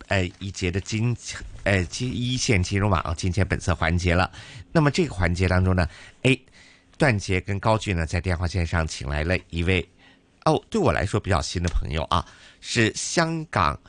一节的一线金融网金钱本色环节了。那么这个环节当中呢，段杰跟高俊呢在电话线上请来了一位对我来说比较新的朋友啊，是香港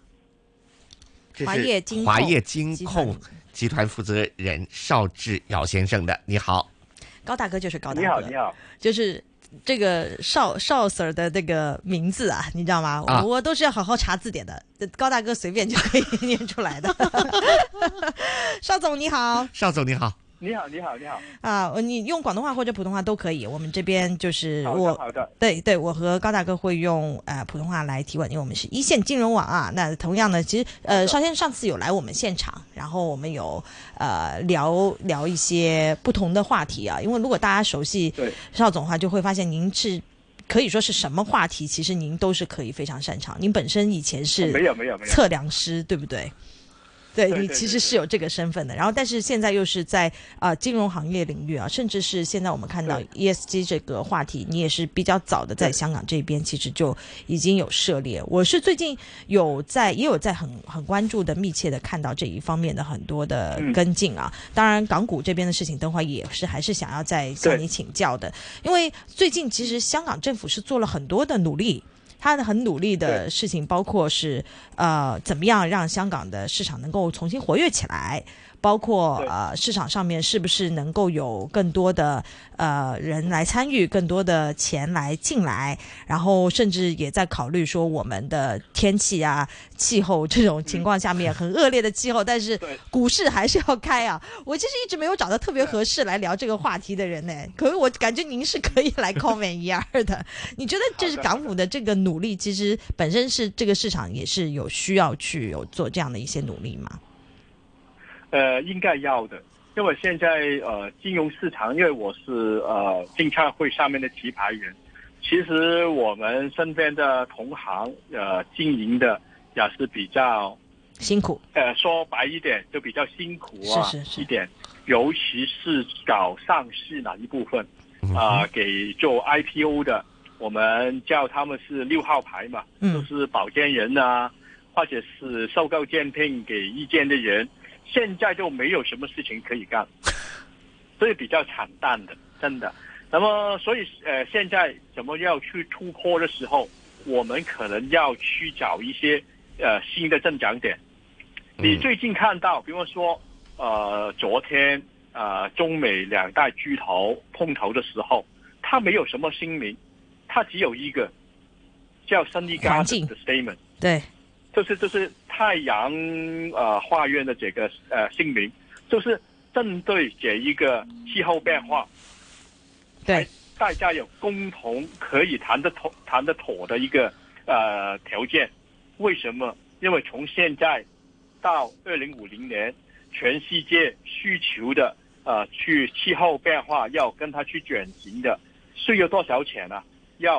华业金控集团负责人邵志尧先生的。你好。 高大哥就是高大哥。 你好。 就是这个邵 Sir 的那个名字啊，你知道吗？我都是要好好查字典的，高大哥随便就可以念出来的。邵总你好。 邵总你好。 你好你用广东话或者普通话都可以，我们这边就是好的对，我和高大哥会用普通话来提问，因为我们是一线金融网啊。那同样呢，其实邵先生上次有来我们现场，然后我们有聊一些不同的话题啊。因为如果大家熟悉邵总的话，就会发现您是可以说是什么话题，其实您都是可以非常擅长。您本身以前是没有测量师，对不对？对，你其实是有这个身份的，然后但是现在又是在金融行业领域啊，甚至是现在我们看到 ESG 这个话题，你也是比较早的在香港这边其实就已经有涉猎。我是最近也有在很关注的密切的看到这一方面的很多的跟进啊。当然港股这边的事情等会也是还是想要再向你请教的，因为最近其实香港政府是做了很多的努力。他很努力的事情包括是怎么样让香港的市场能够重新活跃起来，包括市场上面是不是能够有更多的人来参与，更多的钱来进来，然后甚至也在考虑说我们的天气啊气候这种情况下面很恶劣的气候，但是股市还是要开啊。我其实一直没有找到特别合适来聊这个话题的人呢，可是我感觉您是可以来 comment 一二的。你觉得这是港府的这个努力其实本身是这个市场也是有需要去有做这样的一些努力吗？ 应该要的，因为现在金融市场，因为我是证监会上面的棋牌员，其实我们身边的同行经营的也是比较辛苦， 说白一点就比较辛苦是一点，尤其是搞上市那一部分给做 IPO 的，我们叫他们是6号牌嘛，就是保荐人啊，或者是收购兼聘给意见的人。现在就没有什么事情可以干，所以比较惨淡的，真的。那么，所以现在怎么要去突破的时候，我们可能要去找一些新的增长点。你最近看到，比方说昨天中美两大巨头碰头的时候，它没有什么声明，它只有一个叫生意家的 statement， 对。 就是太阳花园的这个声明，就是针对这一个气候变化， 对， 大家有共同可以谈得妥的一个条件。为什么？因为从现在到2050年，全世界需求的去气候变化要跟它去转型的，需要多少钱呢？要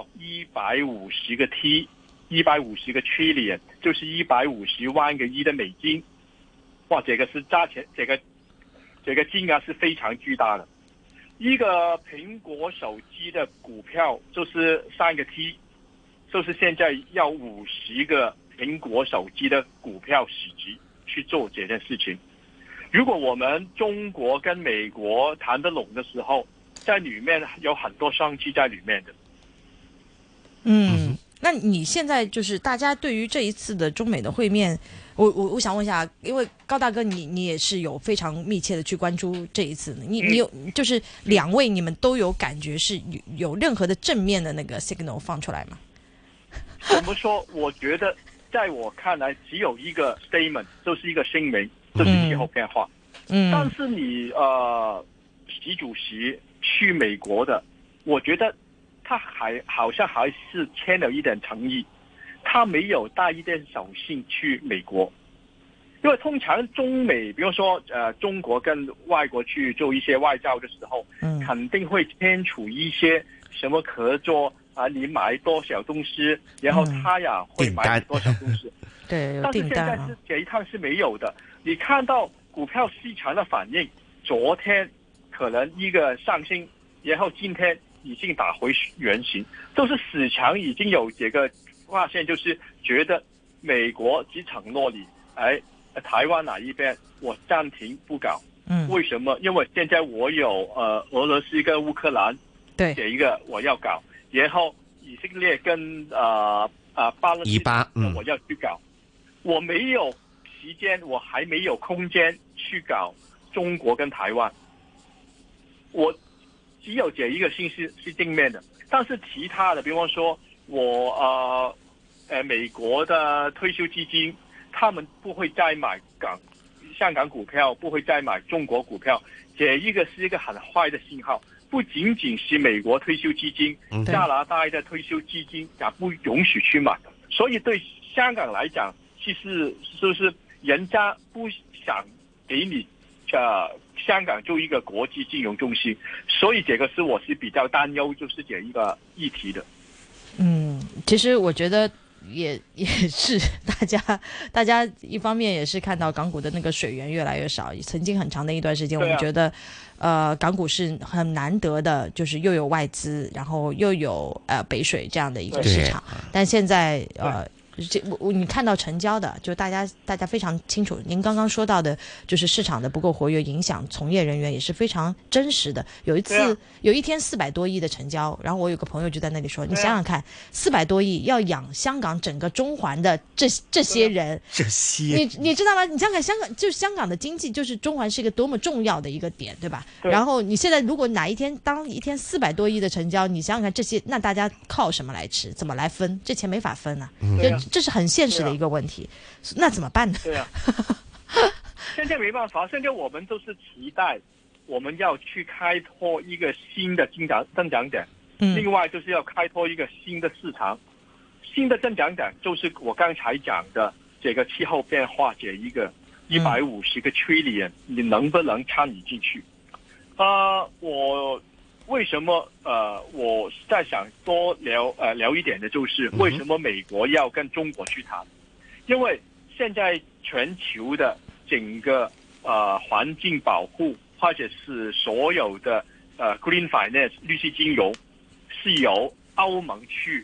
150个 T。150个 trillion 就是150万个亿的美金，哇，这个是价钱，这个金额是非常巨大的。一个苹果手机的股票就是3个 T， 就是现在要50个苹果手机的股票市值去做这件事情。如果我们中国跟美国谈得拢的时候，在里面有很多商机在里面的。 那你现在就是大家对于这一次的中美的会面，我想问一下，因为高大哥你也是有非常密切的去关注这一次，你有就是两位你们都有感觉是有任何的正面的那个 signal 放出来吗？ 怎么说？我觉得在我看来只有一个 statement， 就是一个声明，就是气候变化。但是你习主席去美国的，我觉得他好像还是欠了一点诚意，他没有带一点手信去美国，因为通常中美，比如说中国跟外国去做一些外交的时候，肯定会签署一些什么合作啊，你买多少东西，然后他呀会买多少东西。 对， 但是现在是这一趟是没有的。你看到股票市场的反应，昨天可能一个上升，然后今天已经打回原形，就是市场已经有这个发现，就是觉得美国只承诺你台湾哪一边我暂停不搞。为什么？因为现在我有俄罗斯跟乌克兰， 对， 这一个我要搞，然后以色列跟巴勒斯坦我要去搞，我没有时间，我还没有空间去搞中国跟台湾，我只有这一个信息是正面的，但是其他的，比方说我美国的退休基金，他们不会再买香港股票，不会再买中国股票，这一个是一个很坏的信号。不仅仅是美国退休基金，加拿大的退休基金也不允许去买，所以对香港来讲，其实就是人家不想给你香港做一个国际金融中心，所以这个是我是比较担忧，就是这一个议题的。 其实我觉得也是大家一方面也是看到港股的那个水源越来越少，曾经很长的一段时间，我们觉得港股是很难得的，就是又有外资，然后又有北水这样的一个市场，但现在你看到成交的，就大家非常清楚。您刚刚说到的，就是市场的不够活跃，影响从业人员也是非常真实的。有一天400多亿的成交，然后我有个朋友就在那里说：“你想想看，400多亿要养香港整个中环的这些人，你知道吗？你想想看，香港的经济就是中环是一个多么重要的一个点，对吧？然后你现在如果哪一天当一天400多亿的成交，你想想看这些，那大家靠什么来吃？怎么来分？这钱没法分啊。这是很现实的一个问题，那怎么办呢？ 对啊，现在没办法，现在我们都是期待我们要去开拓一个新的增长点，另外就是要开拓一个新的市场，新的增长点就是我刚才讲的这个气候变化这一个150个 trillion，你能不能参与进去？我为什么我在想多聊一点的就是为什么美国要跟中国去谈？因为现在全球的整个环境保护或者是所有的green finance 绿色金融是由欧盟去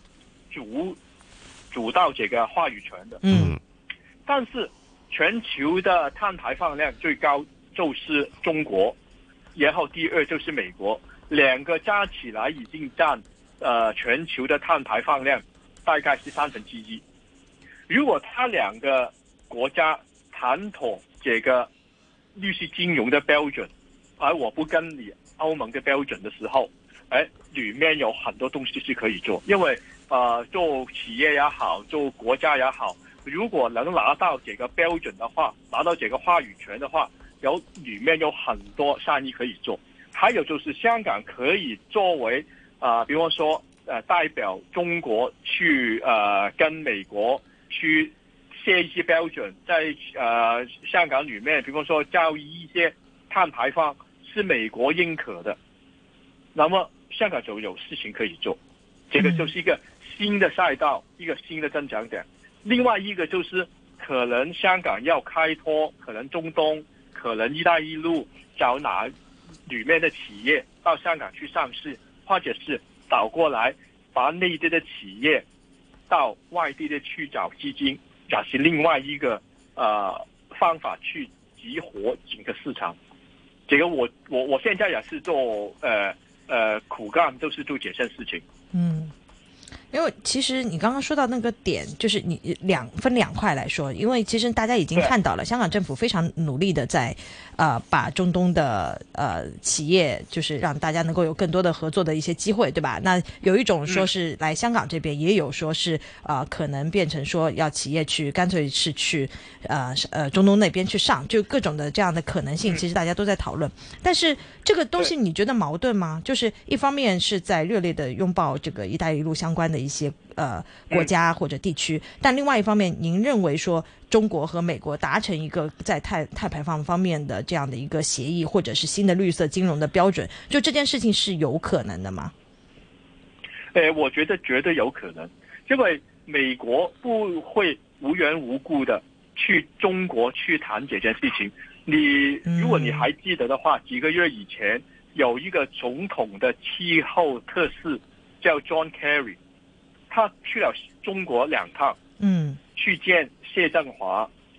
主导这个话语权的。但是全球的碳排放量最高就是中国，然后第二就是美国，两个加起来已经占全球的碳排放量大概是1/3。如果他两个国家谈妥这个绿色金融的标准，而我不跟你欧盟的标准的时候，里面有很多东西是可以做，因为做企业也好，做国家也好，如果能拿到这个标准的话，拿到这个话语权的话，里面有很多生意可以做。还有就是香港可以作为比方说代表中国去跟美国去设一些标准，在香港里面，比方说交易一些碳排放是美国认可的，那么香港就有事情可以做，这个就是一个新的赛道，一个新的增长点。另外一个就是可能香港要开拓，可能中东，可能一带一路，找哪里面的企业到香港去上市，或者是倒过来把内地的企业到外地的去找基金，这是另外一个方法去激活整个市场。这个我现在也是做苦干，都是做这件事情。 因为其实你刚刚说到那个点，就是你分两块来说，因为其实大家已经看到了，香港政府非常努力的在把中东的企业，就是让大家能够有更多的合作的一些机会，对吧？那有一种说是来香港这边，也有说是可能变成说要企业去干脆是去中东那边去上，就各种的这样的可能性，其实大家都在讨论。但是这个东西你觉得矛盾吗？就是一方面是在热烈的拥抱这个一带一路相关的一些国家或者地区，但另外一方面，您认为说中国和美国达成一个在碳排放方面的这样的一个协议，或者是新的绿色金融的标准，就这件事情是有可能的吗？ 我觉得绝对有可能，因为美国不会无缘无故的去中国去谈这件事情。如果你还记得的话，几个月以前有一个总统的气候特使叫 John Kerry， 他去了中国2趟，去见谢振华，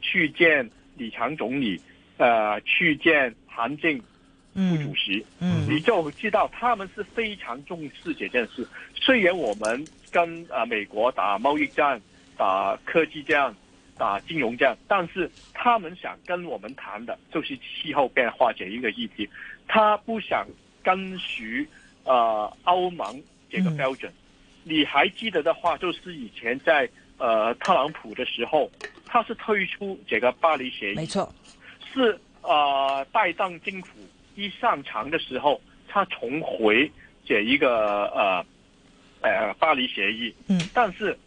去见李强总理，去见韩正副主席，你就知道他们是非常重视这件事。虽然我们跟美国打贸易战、打科技战、打金融战，但是他们想跟我们谈的就是气候变化这一个议题，他不想跟随欧盟这个标准。你还记得的话，就是以前在特朗普的时候，他是推出这个巴黎协议， 没错， 是拜登政府一上场的时候，他重回这一个巴黎协议，但是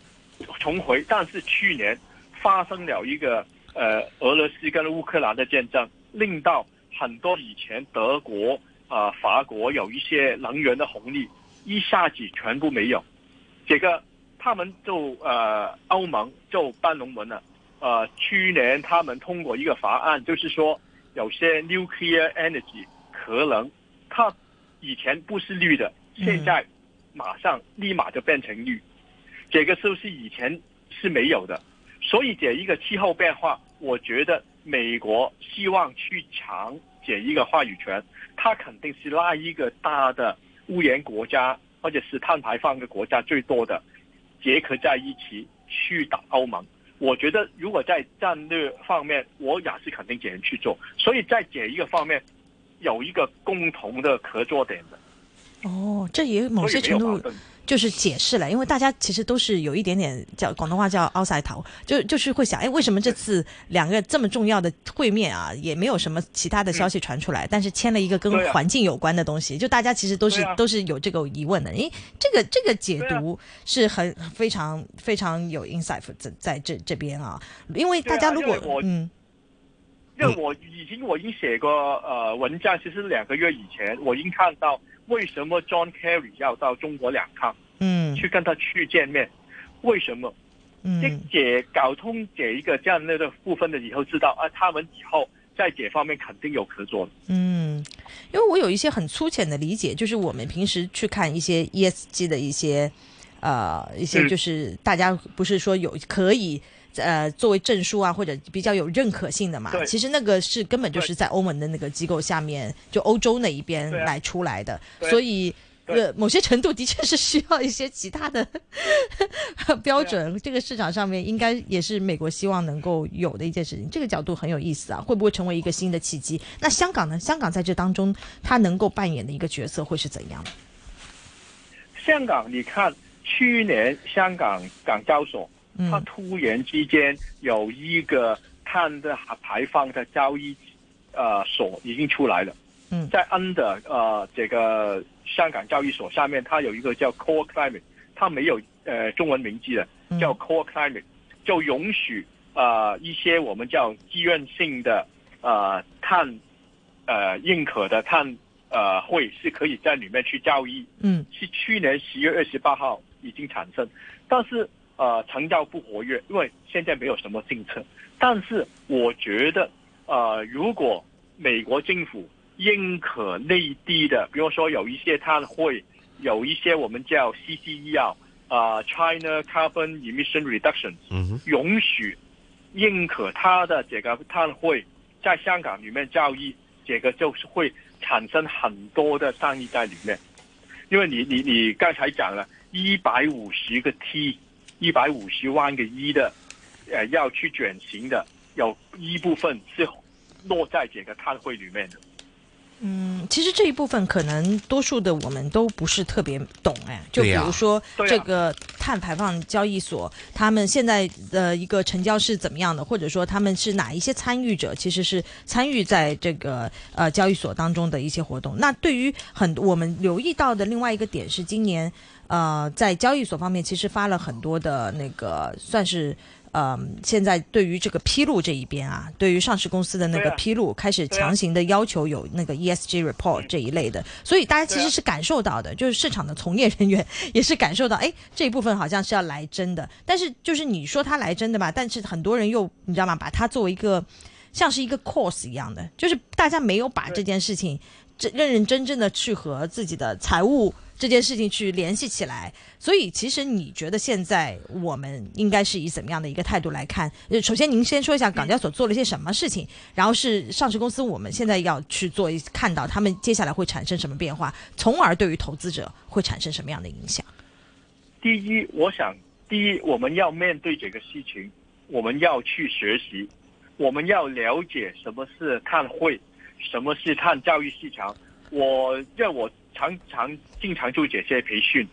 去年发生了一个俄罗斯跟乌克兰的战争，令到很多以前德国法国有一些能源的红利一下子全部没有，这个他们就欧盟就搬龙门了。去年他们通过一个法案，就是说有些 nuclear energy 可能它以前不是绿的，现在立马就变成绿，这个就是以前是没有的。所以这一个气候变化，我觉得美国希望去抢这一个话语权，它肯定是拉一个大的污染国家或者是碳排放的国家最多的结合在一起去打欧盟。我觉得如果在战略方面，我也是肯定这样去做，所以在这一个方面有一个共同的合作点的。 这也某些程度就是解释了，因为大家其实都是有一点点叫广东话叫凹晒头，就是会想，为什么这次两个这么重要的会面啊，也没有什么其他的消息传出来，但是签了一个跟环境有关的东西，就大家其实都是有这个疑问的。这个解读是非常非常有 insight 在这边啊，因为大家如果因为我已经写过文章，其实2个月以前我已经看到为什么 John Kerry 要到中国2趟，去跟他去见面，为什么？搞通这一个战略的部分的以后，知道他们以后在这方面肯定有合作的。 因为我有一些很粗浅的理解，就是我们平时去看一些 ESG 的一些就是大家不是说有可以作为证书啊，或者比较有认可性的嘛，其实那个是根本就是在欧盟的那个机构下面，就欧洲那一边来出来的，所以某些程度的确是需要一些其他的标准，这个市场上面应该也是美国希望能够有的一件事情，这个角度很有意思啊，会不会成为一个新的契机？那香港呢？香港在这当中它能够扮演的一个角色会是怎样的？ 香港你看去年香港港交所它突然之间有一个碳的排放的交易所已经出来了，在 under 这个香港交易所下面，它有一个叫 Core Climate， 它没有中文名字的，叫 Core Climate， 就允许一些我们叫自愿性的碳认可的碳会是可以在里面去交易，是去年10月28号已经产生，但是成交不活跃，因为现在没有什么政策。但是我觉得如果美国政府认可内地的，比如说有一些碳汇，有一些我们叫 CCER China Carbon Emission Reduction， 允许认可它的这个碳汇在香港里面交易，这个就是会产生很多的生意在里面。因为你刚才讲了150个 T，150万个亿的要去转型的，有一部分是落在这个碳汇里面的。 其实这一部分可能多数的我们都不是特别懂就比如说这个碳排放交易所，他们现在的一个成交是怎么样的，或者说他们是哪一些参与者，其实是参与在这个交易所当中的一些活动。那对于我们留意到的另外一个点是，今年在交易所方面其实发了很多的那个算是现在对于这个披露这一边对于上市公司的那个披露开始强行的要求有那个 ESG report 这一类的，所以大家其实是感受到的，就是市场的从业人员也是感受到，这一部分好像是要来真的，但是就是你说它来真的吧，但是很多人又你知道吗，把它作为一个像是一个 course 一样的，就是大家没有把这件事情认认真真的去和自己的财务这件事情去联系起来。所以其实你觉得现在我们应该是以怎么样的一个态度来看？首先您先说一下港交所做了一些什么事情，然后是上市公司我们现在要去做，看到他们接下来会产生什么变化，从而对于投资者会产生什么样的影响？ 第一，我们要面对这个事情，我们要去学习，我们要了解什么是碳汇，什么是碳交易市场。我经常做这些培训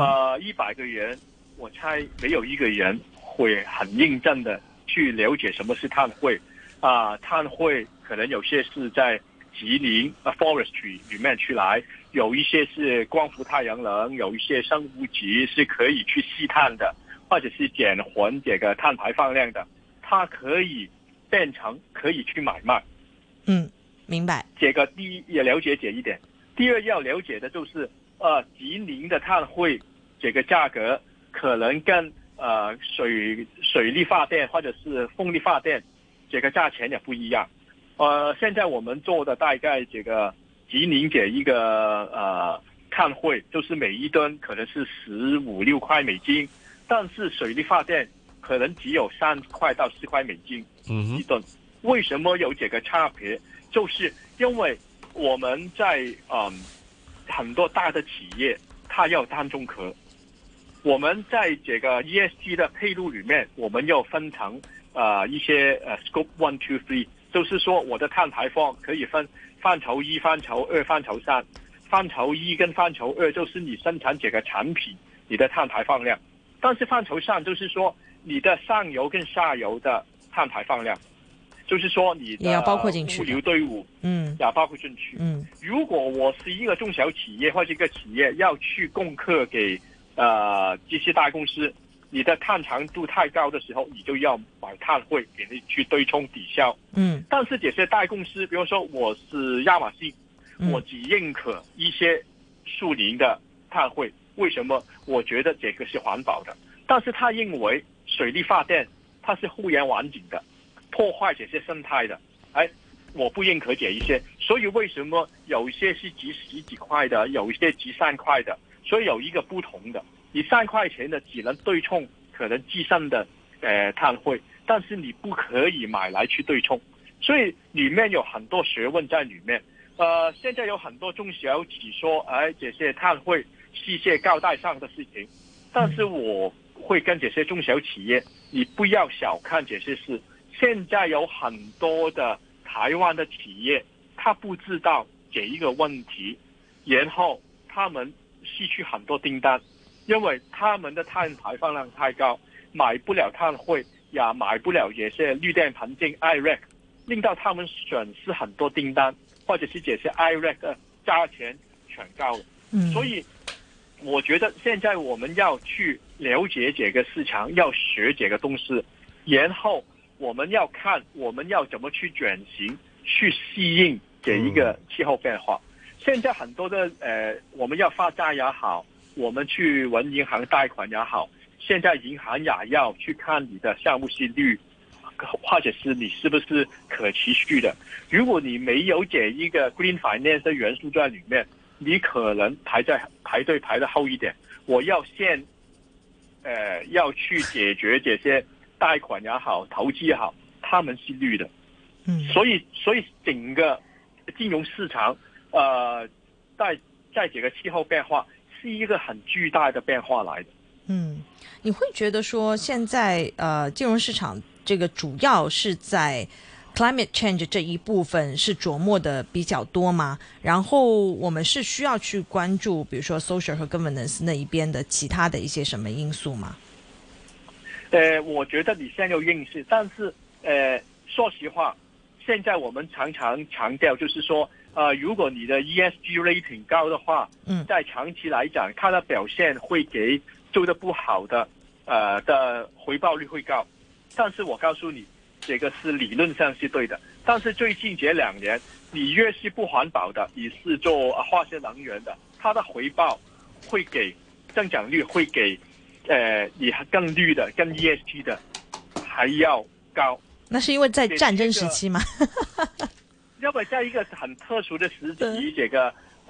，100个人，我猜没有一个人会很认真的去了解什么是碳汇。碳汇可能有些是在吉林forestry 里面出来，有一些是光伏太阳能，有一些生物质是可以去吸碳的，或者是减缓这个碳排放量的，它可以变成可以去买卖。 明白。 这个第一也了解这一点。第二要了解的就是吉林的碳汇这个价格可能跟水力发电或者是风力发电这个价钱也不一样。现在我们做的大概这个吉林这一个碳汇就是每一吨可能是15、16块美金，但是水力发电可能只有3块到4块美金一吨。为什么有这个差别？就是因为我们在很多大的企业它要碳中和，我们在这个 ESG 的配录里面，我们要分成一些scope 1、2、3，就是说我的碳排放可以分范畴1、范畴2、范畴3。范畴1跟范畴2就是你生产这个产品你的碳排放量，但是范畴3就是说你的上游跟下游的碳排放量，就是说你的也要包括进去， 物流队伍也要包括进去。如果我是一个中小企业或者一个企业要去供客给这些大公司，你的碳长度太高的时候，你就要买碳汇给你去对冲抵消。但是这些大公司，比如说我是亚马逊，我只认可一些树林的碳汇，为什么？我觉得这个是环保的，但是他认为水力发电它是污染环境的，破坏这些生态的，我不认可这一些。所以为什么有一些是值10几块的，有一些值3块的，所以有一个不同的。你3块钱的只能对冲可能计算的碳汇，但是你不可以买来去对冲，所以里面有很多学问在里面。现在有很多中小企说，这些碳汇是一些高大上的事情，但是我会跟这些中小企业，你不要小看这些事。现在有很多的台湾的企业，他不知道这一个问题，然后他们失去很多订单，因为他们的碳排放量太高，买不了碳汇，也买不了这些绿电凭证 IREC， 令到他们损失很多订单，或者是这些 IREC 的价钱全高了。所以我觉得现在我们要去了解这个市场，要学这个东西，然后我们要看我们要怎么去转型，去适应这一个气候变化。现在很多的我们要发债也好，我们去问银行贷款也好，现在银行也要去看你的项目息率，或者是你是不是可持续的。如果你没有这一个 green finance 的元素在里面，你可能排队排得后一点。我要先要去解决这些贷款也好，投资也好，他们是绿的。所以整个金融市场在这个气候变化是一个很巨大的变化来的。 你会觉得说现在金融市场这个主要是在 climate change 这一部分是琢磨的比较多吗？然后我们是需要去关注比如说 social 和 governance 那一边的其他的一些什么因素吗？ 我觉得你现在有认识，但是说实话，现在我们常常强调就是说如果你的 ESG rating 高的话，在长期来讲它的表现会给做得不好的回报率会高。但是我告诉你，这个是理论上是对的，但是最近这2年你越是不环保的，你是做化学能源的，它的回报会给增长率会给你更绿的更 ESG 的还要高。 那是因为在战争时期吗？ 因为在一个很特殊的时期，这个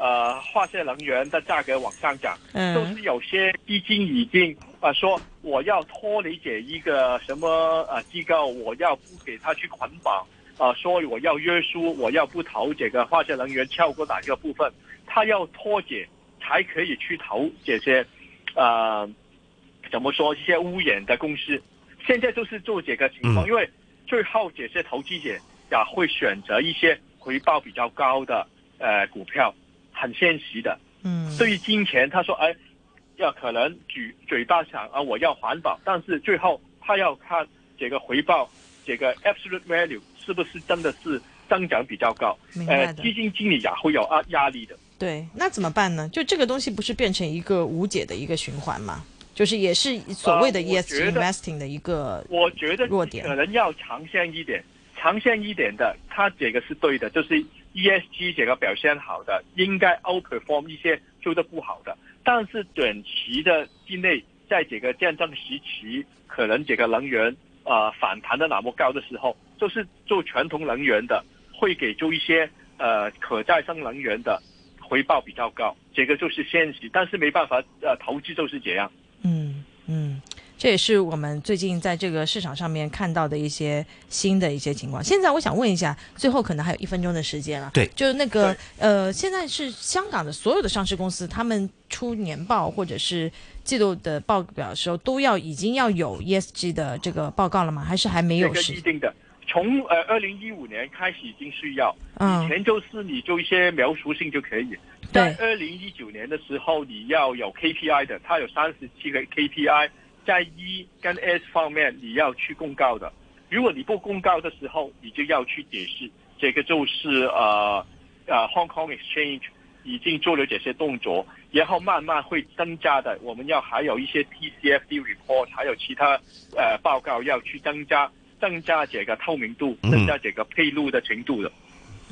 化石能源的价格往上涨，都是有些基金已经说我要脱离这一个什么机构，我要不给他去捆绑，所以我要约束，我要不投这个化石能源超过哪一个部分，他要脱节才可以去投这些怎么说一些污染的公司。现在就是做这个情况，因为最后这些投资者也会选择一些回报比较高的股票，很现实的。对于金钱，他说要可能嘴巴想我要环保，但是最后他要看这个回报，这个 absolute value 是不是真的是增长比较高。基金经理也会有压力的。 对，那怎么办呢？就这个东西不是变成一个无解的一个循环吗？就是也是所谓的 ESG investing 的一个弱点。 我觉得可能要长线一点的，它这个是对的，就是 ESG 这个表现好的应该 outperform 一些做得不好的，但是短期的之内，在这个战争时期，可能这个能源反弹的那么高的时候，就是做传统能源的会给出一些可再生能源的回报比较高，这个就是现实，但是没办法，投资就是这样。 这也是我们最近在这个市场上面看到的一些新的一些情况。现在我想问一下，最后可能还有1分钟的时间了。 对， 就是那个现在是香港的所有的上市公司，他们出年报或者是季度的报表的时候，都已经要有 ESG 的这个报告了吗？还是还没有？ 这个一定的。从2015年开始已经需要，以前就是你做一些描述性就可以。在2019年的时候，你要有 KPI 的，它有37个 KPI， 在 E 跟 S 方面你要去公告的。如果你不公告的时候，你就要去解释。这个就是Hong Kong Exchange 已经做了这些动作，然后慢慢会增加的。我们还有一些 TCFD report， 还有其他报告要去增加这个透明度，增加这个披露的程度的。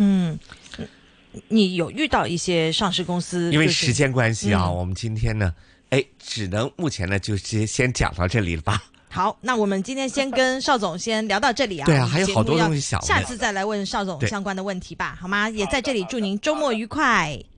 你有遇到一些上市公司？ 因为时间关系我们今天呢，只能目前呢就先讲到这里了吧。 好，那我们今天先跟邵总先聊到这里啊。 对啊，还有好多东西想问， 下次再来问邵总相关的问题吧，好吗？也在这里祝您周末愉快。